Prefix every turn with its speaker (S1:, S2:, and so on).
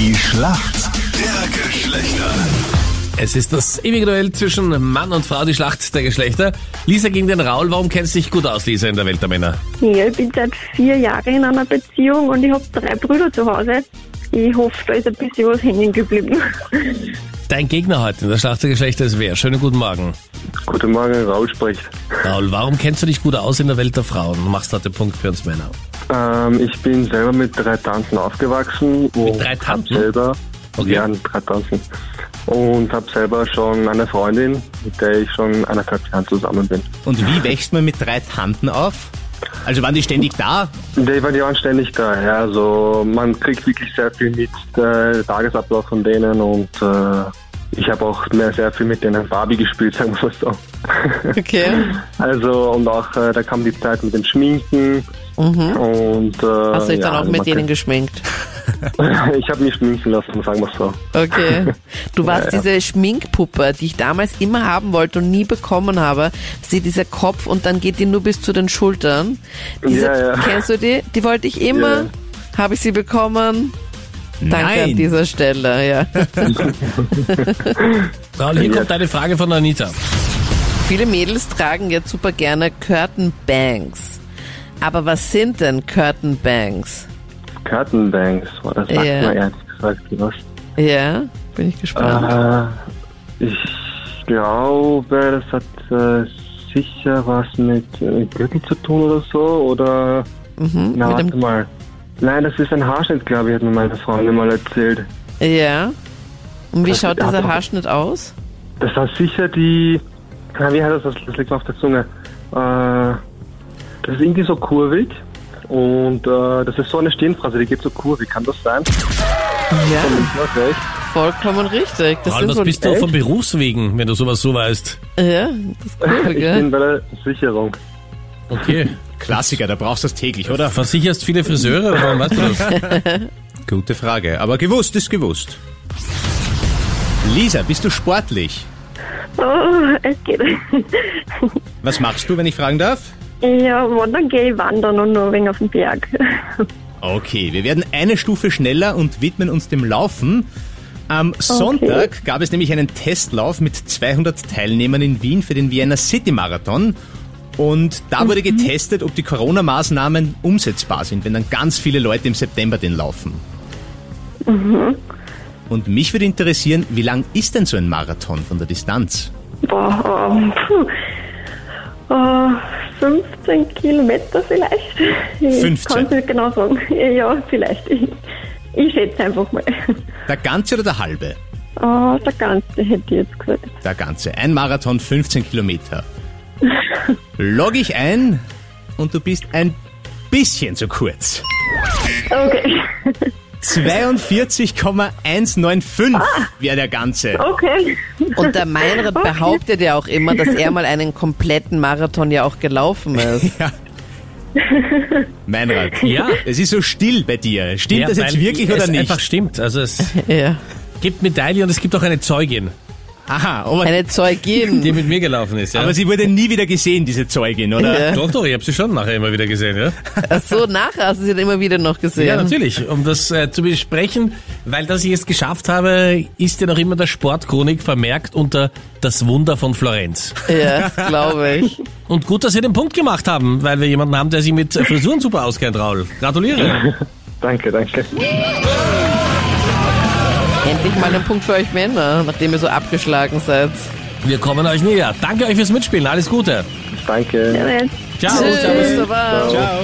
S1: Die Schlacht der Geschlechter.
S2: Es ist das ewige Duell zwischen Mann und Frau, die Schlacht der Geschlechter. Lisa gegen den Raul. Warum kennst du dich gut aus, Lisa, in der Welt der Männer?
S3: Ja, ich bin seit 4 Jahren in einer Beziehung und ich habe 3 Brüder zu Hause. Ich hoffe, da ist ein bisschen was hängen geblieben.
S2: Dein Gegner heute in der Schlacht der Geschlechter ist wer? Schönen guten Morgen.
S4: Guten Morgen, Raul spricht.
S2: Raul, warum kennst du dich gut aus in der Welt der Frauen? Du machst heute den Punkt für uns Männer.
S4: Ich bin selber mit 3 Tanten aufgewachsen. Und
S2: 3 Tanten?
S4: Hab selber,
S2: Okay.
S4: Ja, 3 Tanten. Und habe selber schon eine Freundin, mit der ich schon 1,5 Jahren zusammen bin.
S5: Und wie wächst man mit 3 Tanten auf? Also waren die ständig da?
S4: Die waren ja ständig da, ja. Also man kriegt wirklich sehr viel mit, der Tagesablauf von denen und ich habe auch sehr viel mit denen Barbie gespielt, sagen wir mal so.
S5: Okay.
S4: Also und auch da kam die Zeit mit dem Schminken und
S6: Hast du dich dann auch
S4: also
S6: mit
S4: man
S6: denen geschminkt?
S4: Ich habe mich schminken lassen, sagen wir so.
S6: Okay. Du warst
S4: Ja.
S6: diese Schminkpuppe, die ich damals immer haben wollte und nie bekommen habe. Dieser Kopf und dann geht die nur bis zu den Schultern.
S4: Ja.
S6: Kennst du die? Die wollte ich immer.
S4: Ja.
S6: Habe ich sie bekommen? Danke
S5: Nein.
S6: an dieser Stelle, ja.
S2: Raul, hier kommt eine Frage von Anita.
S6: Viele Mädels tragen jetzt super gerne Curtain Bangs. Aber was sind denn Curtain Bangs?
S4: Curtainbanks, das sagt
S6: Ja.
S4: mir ehrlich gesagt was.
S6: Ja, bin ich gespannt.
S4: Ich glaube, das hat sicher was mit Gürtel zu tun oder so, oder... Na,
S6: mit
S4: warte
S6: dem-
S4: mal. Nein, das ist ein Haarschnitt, glaube ich, hat mir meine Freundin mal erzählt.
S6: Ja. Und wie
S4: Das-
S6: schaut dieser Haarschnitt aus?
S4: Das war sicher die... wie heißt das? Das liegt mir auf der Zunge. Das ist irgendwie so kurvig. Und das ist so eine Stirnphrase, die geht so kurvig. Kann das sein?
S6: Ja,
S4: Ja, recht.
S6: vollkommen richtig. Das
S2: Raul,
S6: sind
S2: was
S6: so
S2: bist du von Berufswegen, wenn du sowas so weißt?
S6: Ja, das ist cool,
S4: Ich
S6: gell?
S4: bin bei der Versicherung.
S2: Okay.
S5: Klassiker, da brauchst du das täglich, oder?
S2: Versicherst viele Friseure, oder warum weißt du das?
S5: Gute Frage, aber gewusst ist gewusst. Lisa, bist du sportlich?
S3: Oh, es geht.
S5: Was machst du, wenn ich fragen darf?
S3: Ja, wandern gehe ich wandern und nur wegen auf den Berg.
S5: Okay, wir werden eine Stufe schneller und widmen uns dem Laufen. Am Sonntag gab es nämlich einen Testlauf mit 200 Teilnehmern in Wien für den Vienna City Marathon. Und da wurde getestet, ob die Corona-Maßnahmen umsetzbar sind, wenn dann ganz viele Leute im September den laufen. Und mich würde interessieren, wie lang ist denn so ein Marathon von der Distanz?
S3: Boah, 15 Kilometer vielleicht. Ich
S5: 15?
S3: kann es nicht genau sagen. Ja, vielleicht. Ich schätze einfach mal.
S5: Der ganze oder der halbe?
S3: Der ganze hätte ich jetzt gesagt.
S5: Der ganze. Ein Marathon, 15 Kilometer. Logge ich ein und du bist ein bisschen zu kurz.
S3: Okay.
S5: 42,195 wäre der ganze.
S3: Okay.
S6: Und der Meinrad behauptet ja auch immer, dass er mal einen kompletten Marathon ja auch gelaufen ist.
S5: Ja. Meinrad,
S2: Ja.
S5: es ist so still bei dir. Stimmt das jetzt
S2: weil
S5: wirklich oder
S2: es
S5: nicht?
S2: einfach stimmt. Also es
S6: Ja.
S2: gibt Medaille und es gibt auch eine Zeugin,
S5: Aha, aber,
S6: Eine Zeugin.
S2: die mit mir gelaufen ist. Ja?
S5: aber sie wurde nie wieder gesehen, diese Zeugin, oder?
S6: Ja.
S2: Doch, ich habe sie schon nachher immer wieder gesehen. Ja,
S6: Ach so, nachher hast du sie dann immer wieder noch gesehen.
S2: ja natürlich. Um das zu besprechen, weil das ich es geschafft habe, ist ja noch immer der Sportchronik vermerkt unter das Wunder von Florenz.
S6: Ja, glaube ich.
S2: Und gut, dass Sie den Punkt gemacht haben, weil wir jemanden haben, der sich mit Frisuren super auskennt, Raul. Gratuliere.
S4: Danke.
S6: Endlich mal ein Punkt für euch Männer, nachdem ihr so abgeschlagen seid.
S2: Wir kommen euch näher. Danke euch fürs Mitspielen. Alles Gute.
S4: Danke.
S3: Ja,
S2: Ciao.
S6: Tschüss,
S2: Servus.
S6: Baba.
S5: Ciao.